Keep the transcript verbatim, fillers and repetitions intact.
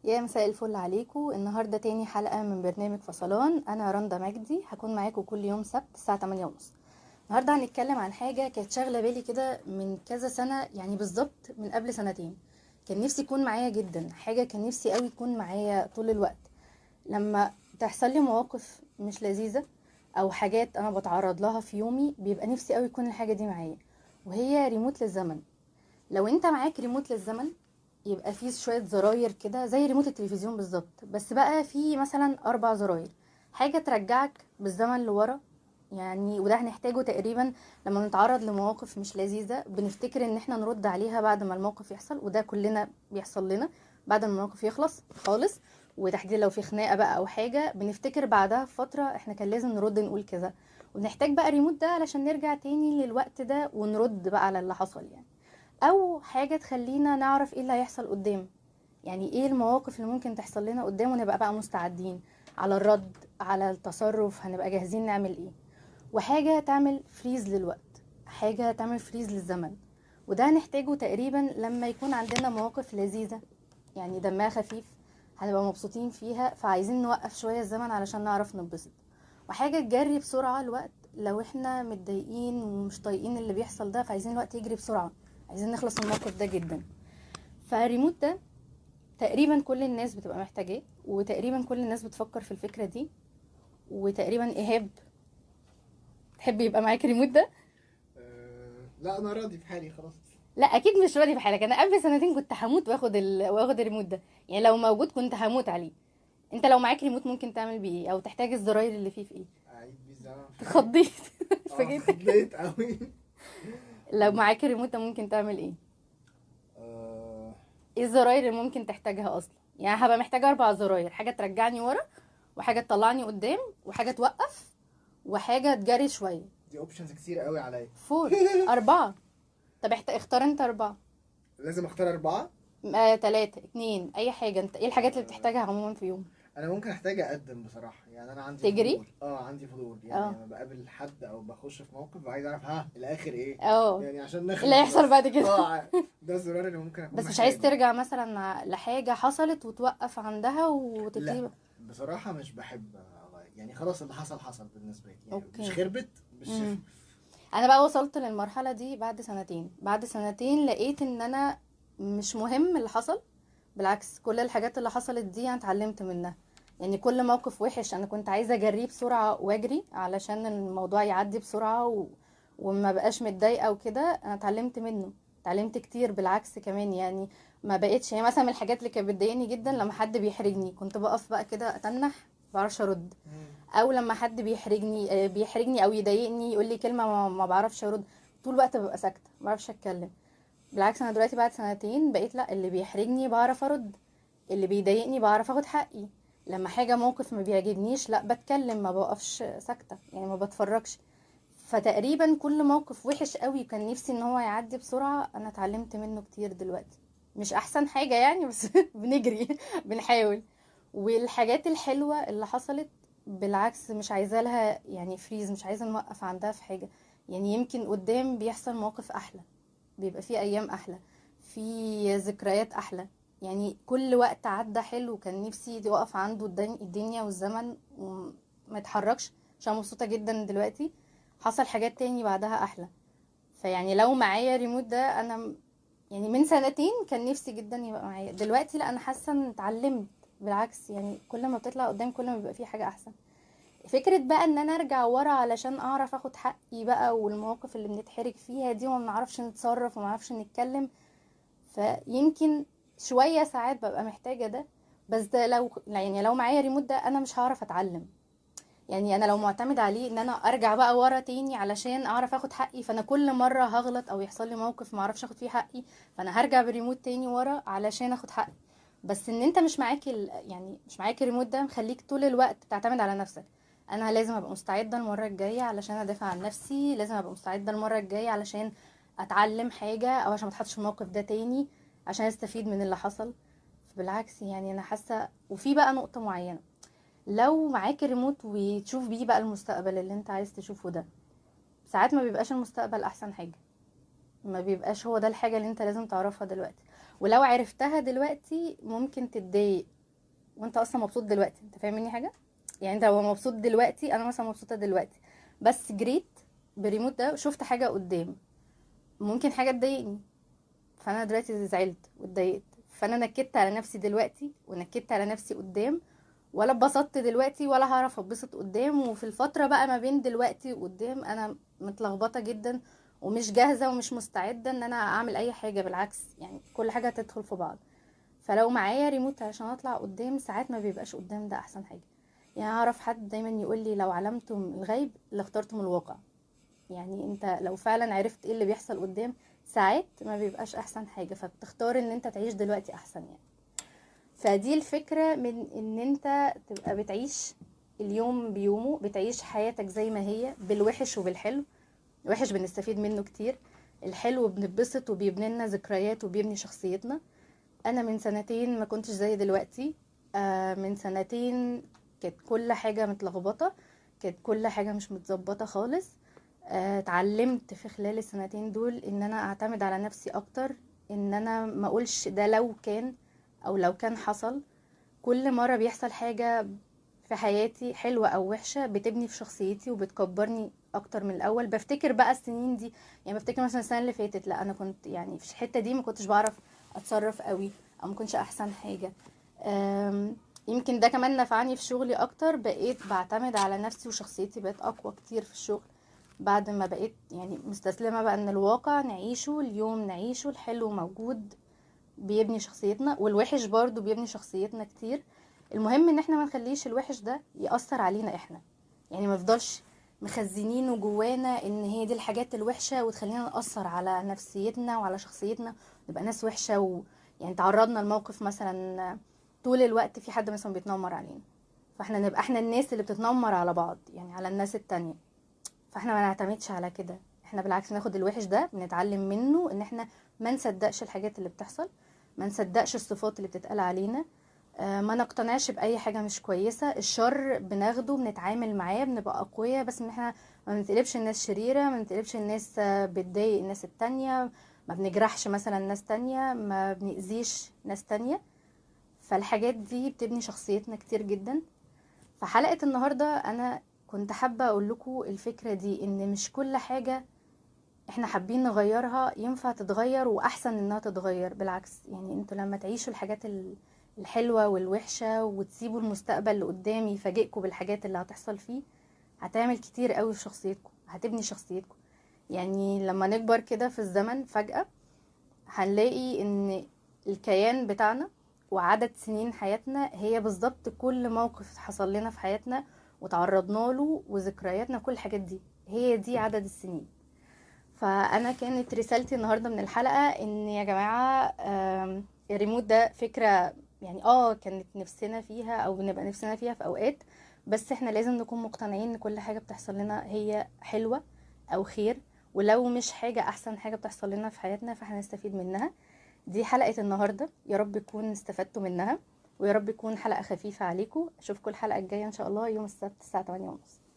يا مساء الفل عليكم. النهارده تاني حلقة من برنامج فصلان. انا رندا مجدي، هكون معاكم كل يوم سبت الساعة تمانية ونص. النهارده هنتكلم عن حاجة كانت شاغلة بالي كده من كذا سنة، يعني بالظبط من قبل سنتين. كان نفسي يكون معايا جدا، حاجة كان نفسي قوي يكون معايا طول الوقت. لما تحصل لي مواقف مش لذيذة او حاجات انا بتعرض لها في يومي، بيبقى نفسي قوي يكون الحاجة دي معايا، وهي ريموت للزمن. لو انت معاك ريموت للزمن، يبقى فيه شوية زراير كده زي ريموت التلفزيون بالظبط، بس بقى فيه مثلا اربع زراير، حاجة ترجعك بالزمن لورا. يعني وده هنحتاجه تقريبا لما نتعرض لمواقف مش لذيذة، بنفتكر ان احنا نرد عليها بعد ما الموقف يحصل، وده كلنا بيحصل لنا بعد ما الموقف يخلص خالص. وتحديدا لو في خناقة بقى او حاجة، بنفتكر بعدها فترة احنا كان لازم نرد نقول كذا، ونحتاج بقى ريموت ده علشان نرجع تاني للوقت ده ونرد بقى على اللي حصل يعني. او حاجة تخلينا نعرف ايه اللي هيحصل قدام، يعني ايه المواقف اللي ممكن تحصل لنا قدام، ونبقى بقى مستعدين على الرد على التصرف، هنبقى جاهزين نعمل ايه. وحاجة تعمل فريز للوقت، حاجة تعمل فريز للزمن. وده هنحتاجه تقريبا لما يكون عندنا مواقف لذيذة، يعني دمها خفيف، هنبقى مبسوطين فيها، فعايزين نوقف شوية الزمن علشان نعرف ننبسط. وحاجة تجري بسرعة الوقت لو احنا متضايقين ومش طايقين اللي بيحصل ده، فعايزين الوقت يجري بسرعة، عايزين نخلص من الموقف ده جدا. فالريموت ده تقريبا كل الناس بتبقى محتاجاه، وتقريبا كل الناس بتفكر في الفكرة دي. وتقريبا ايهاب، تحب يبقى معاك ريموت ده؟ أه لا، انا راضي في حالي خلاص. لا اكيد مش راضي بحالك. انا قبل سنتين كنت هموت واخد ال... واخد الريموت ده، يعني لو موجود كنت هموت عليه. انت لو معاك ريموت ممكن تعمل بيه ايه، او تحتاج الزراير اللي فيه في ايه؟ اعيد بيه الزمن في ايه؟ اتخضيت. اه اتفاجئت. اتخضيت قوي. لو معاك الريموت ده ممكن تعمل ايه؟ أه ايه الزراير اللي ممكن تحتاجها اصلا؟ يعني هبقى محتاجه اربع زراير، حاجه ترجعني ورا، وحاجه تطلعني قدام، وحاجه توقف، وحاجه تجري شويه. دي اوبشنز كتير قوي عليا. فور. اربعه. طب احت... اختار انت اربعه. لازم اختار اربعة. آه، تلاتة، اتنين، اي حاجه. انت ايه الحاجات اللي أه بتحتاجها عموما في يوم؟ انا ممكن احتاج اقدم بصراحة، يعني انا عندي تجري. فضول اه عندي فضول يعني اه. لما بقابل حد او بخش في موقف وعايز اعرف ها الاخر ايه، اه. يعني عشان إيه اللي نخلص هيحصل بس. بعد كده؟ اه ع- ده الزرار اللي ممكن اكون بس مش عايز محتاجه. ترجع مثلا لحاجة حصلت وتوقف عندها لا وتبتدي بقى؟ بصراحة مش بحب أغير. يعني خلاص اللي حصل حصل بالنسبة لي، يعني مش اوكي. خربت مش. امم انا بقى وصلت للمرحلة دي بعد سنتين. بعد سنتين لقيت ان انا مش مهم اللي حصل، بالعكس كل الحاجات اللي حصلت دي انا اتعلمت منها. يعني كل موقف وحش انا كنت عايزة اجريه بسرعة واجري علشان الموضوع يعدي بسرعة و... وما بقاش متضايقة وكده، انا اتعلمت منه. اتعلمت كتير بالعكس كمان يعني. ما بقتش يعني مثلا من الحاجات اللي كانت بتضايقني جدا لما حد بيحرجني، كنت بقف بقى كده اتنح، بعرفش ارد. مم. او لما حد بيحرجني آه، بيحرجني او يضايقني يقول لي كلمه ما, ما بعرفش ارد، طول الوقت ببقى ساكته، ما بعرفش اتكلم. بالعكس انا دلوقتي بعد سنتين بقيت لا، اللي بيحرجني بعرف ارد، اللي بيضايقني بعرف اخد حقي. لما حاجه موقف ما بيعجبنيش لا بتكلم، ما بقفش ساكته يعني ما بتفرجش. فتقريبا كل موقف وحش قوي كان نفسي ان هو يعدي بسرعه، انا اتعلمت منه كتير دلوقتي. مش احسن حاجه يعني بس بنجري، بنحاول. والحاجات الحلوه اللي حصلت بالعكس مش عايزه لها يعني فريز، مش عايزه نوقف عندها في حاجه. يعني يمكن قدام بيحصل مواقف احلى، بيبقى فيه ايام احلى، في ذكريات احلى. يعني كل وقت عدى حلو كان نفسي يقف عنده الدن- الدنيا والزمن وما يتحركش، عشان مبسوطه جدا دلوقتي. حصل حاجات تاني بعدها احلى. فيعني لو معايا ريموت ده انا م- يعني من سنتين كان نفسي جدا يبقى معايا، دلوقتي لا، انا حاسه ان اتعلمت. بالعكس يعني كل ما بتطلع قدام كل ما بيبقى فيه حاجه احسن. فكرة بقى ان انا ارجع ورا علشان اعرف اخد حقي بقى، والمواقف اللي بنتحرج فيها دي وما نعرفش نتصرف وما نعرفش نتكلم، فيمكن شوية ساعات ببقى محتاجة ده. بس ده لو يعني لو معايا ريموت ده انا مش هعرف اتعلم. يعني انا لو معتمد عليه ان انا ارجع بقى ورا تاني علشان اعرف اخد حقي، فانا كل مرة هغلط او يحصل لي موقف ما اعرفش اخد فيه حقي، فانا هرجع بالريموت تاني ورا علشان اخد حقي. بس ان انت مش معاك ال... يعني مش معاك الريموت ده مخليك طول الوقت تعتمد على نفسك. انا لازم ابقى مستعدة المرة الجاية علشان ادافع عن نفسي، لازم ابقى مستعدة المرة الجاية علشان اتعلم حاجة، او عشان ما اتحطش في الموقف ده تاني، عشان استفيد من اللي حصل. بالعكس يعني انا حاسة. وفي بقى نقطة معينة، لو معاك الريموت وتشوف بيه بقى المستقبل اللي انت عايز تشوفه ده، ساعات ما بيبقاش المستقبل احسن حاجة، ما بيبقاش هو ده الحاجة اللي انت لازم تعرفها دلوقتي. ولو عرفتها دلوقتي ممكن تتضايق وانت اصلا مبسوط دلوقتي. انت فاهم مني حاجه؟ يعني انت لو مبسوط دلوقتي، انا مثلا مبسوطه دلوقتي، بس جريت بالريموت ده شفت حاجه قدام ممكن حاجه تضايقني، فانا دلوقتي زعلت واتضايقت، فانا نكدت على نفسي دلوقتي ونكدت على نفسي قدام، ولا اتبسطت دلوقتي ولا هعرف اتبسط قدام. وفي الفتره بقى ما بين دلوقتي وقدام انا متلخبطه جدا ومش جاهزه ومش مستعده ان انا اعمل اي حاجه، بالعكس يعني كل حاجه هتدخل في بعض. فلو معايا ريموت عشان اطلع قدام ساعات ما بيبقاش قدام ده احسن حاجه. يعني اعرف حد دايما يقول لي لو علمتم الغيب لاخترتم الواقع. يعني انت لو فعلا عرفت ايه اللي بيحصل قدام ساعات ما بيبقاش احسن حاجه، فبتختار ان انت تعيش دلوقتي احسن يعني. فدي الفكره من ان انت تبقى بتعيش اليوم بيومه، بتعيش حياتك زي ما هي بالوحش وبالحلو. الوحش بنستفيد منه كتير، الحلو بنتبسط وبيبني لنا ذكريات وبيبني شخصيتنا. انا من سنتين ما كنتش زي دلوقتي. آه من سنتين كانت كل حاجة متلخبطة، كانت كل حاجة مش متظبطة خالص. آه، اتعلمت في خلال السنتين دول ان انا اعتمد على نفسي اكتر، ان انا ما اقولش ده لو كان او لو كان حصل. كل مرة بيحصل حاجة في حياتي حلوة او وحشة بتبني في شخصيتي وبتكبرني اكتر من الاول. بفتكر بقى السنين دي، يعني بفتكر مثلا السنة اللي فاتت، لا انا كنت يعني في الحتة دي ما كنتش بعرف اتصرف قوي او ما كنتش احسن حاجة. أم، يمكن ده كمان نفعني في شغلي اكتر، بقيت بعتمد على نفسي وشخصيتي بقت اقوى كتير في الشغل بعد ما بقيت يعني مستسلمة بقى ان الواقع نعيشه، اليوم نعيشه، الحلو موجود بيبني شخصيتنا والوحش برضو بيبني شخصيتنا كتير. المهم ان احنا ما نخليش الوحش ده يأثر علينا احنا، يعني ما نفضلش مخزنينه جوانا ان هي دي الحاجات الوحشة وتخلينا نأثر على نفسيتنا وعلى شخصيتنا، نبقى ناس وحشة. و يعني تعرضنا لموقف مثلا طول الوقت في حد مثلا بيتنمر علينا، فاحنا نبقى احنا الناس اللي بتتنمر على بعض يعني على الناس التانية. فاحنا ما نعتمدش على كده، احنا بالعكس ناخد الوحش ده بنتعلم منه ان احنا ما نصدقش الحاجات اللي بتحصل، ما نصدقش الصفات اللي بتتقال علينا. آه، ما نقتنعش بأي حاجة مش كويسة. الشر بناخده بنتعامل معاه بنبقى أقوياء، بس ان احنا ما بنتقلبش الناس شريرة، ما بنتقلبش الناس آه، بتضايق الناس التانية، ما بنجرحش مثلا ناس تانية، ما بنأذيش ناس تانية. فالحاجات دي بتبني شخصيتنا كتير جدا. فحلقة النهاردة أنا كنت حابة أقول لكم الفكرة دي، إن مش كل حاجة إحنا حابين نغيرها ينفع تتغير وأحسن إنها تتغير. بالعكس يعني أنتوا لما تعيشوا الحاجات ال- الحلوة والوحشة وتسيبوا المستقبل اللي قدام يفاجئكم بالحاجات اللي هتحصل فيه، هتعمل كتير قوي في شخصيتكم، هتبني شخصيتكم. يعني لما نكبر كده في الزمن فجأة هنلاقي ان الكيان بتاعنا وعدد سنين حياتنا هي بالظبط كل موقف حصل لنا في حياتنا وتعرضنا له وذكرياتنا، كل الحاجات دي هي دي عدد السنين. فانا كانت رسالتي النهارده من الحلقه ان يا جماعه، آم، الريموت ده فكره يعني اه كانت نفسنا فيها او بنبقى نفسنا فيها في اوقات، بس احنا لازم نكون مقتنعين ان كل حاجه بتحصل لنا هي حلوه او خير، ولو مش حاجه احسن حاجه بتحصل لنا في حياتنا فاحنا نستفيد منها. دي حلقه النهارده، يا رب تكون استفدتوا منها، ويا رب تكون حلقه خفيفه عليكم. اشوفكم الحلقه الجايه ان شاء الله يوم السبت الساعه تمانية ونص.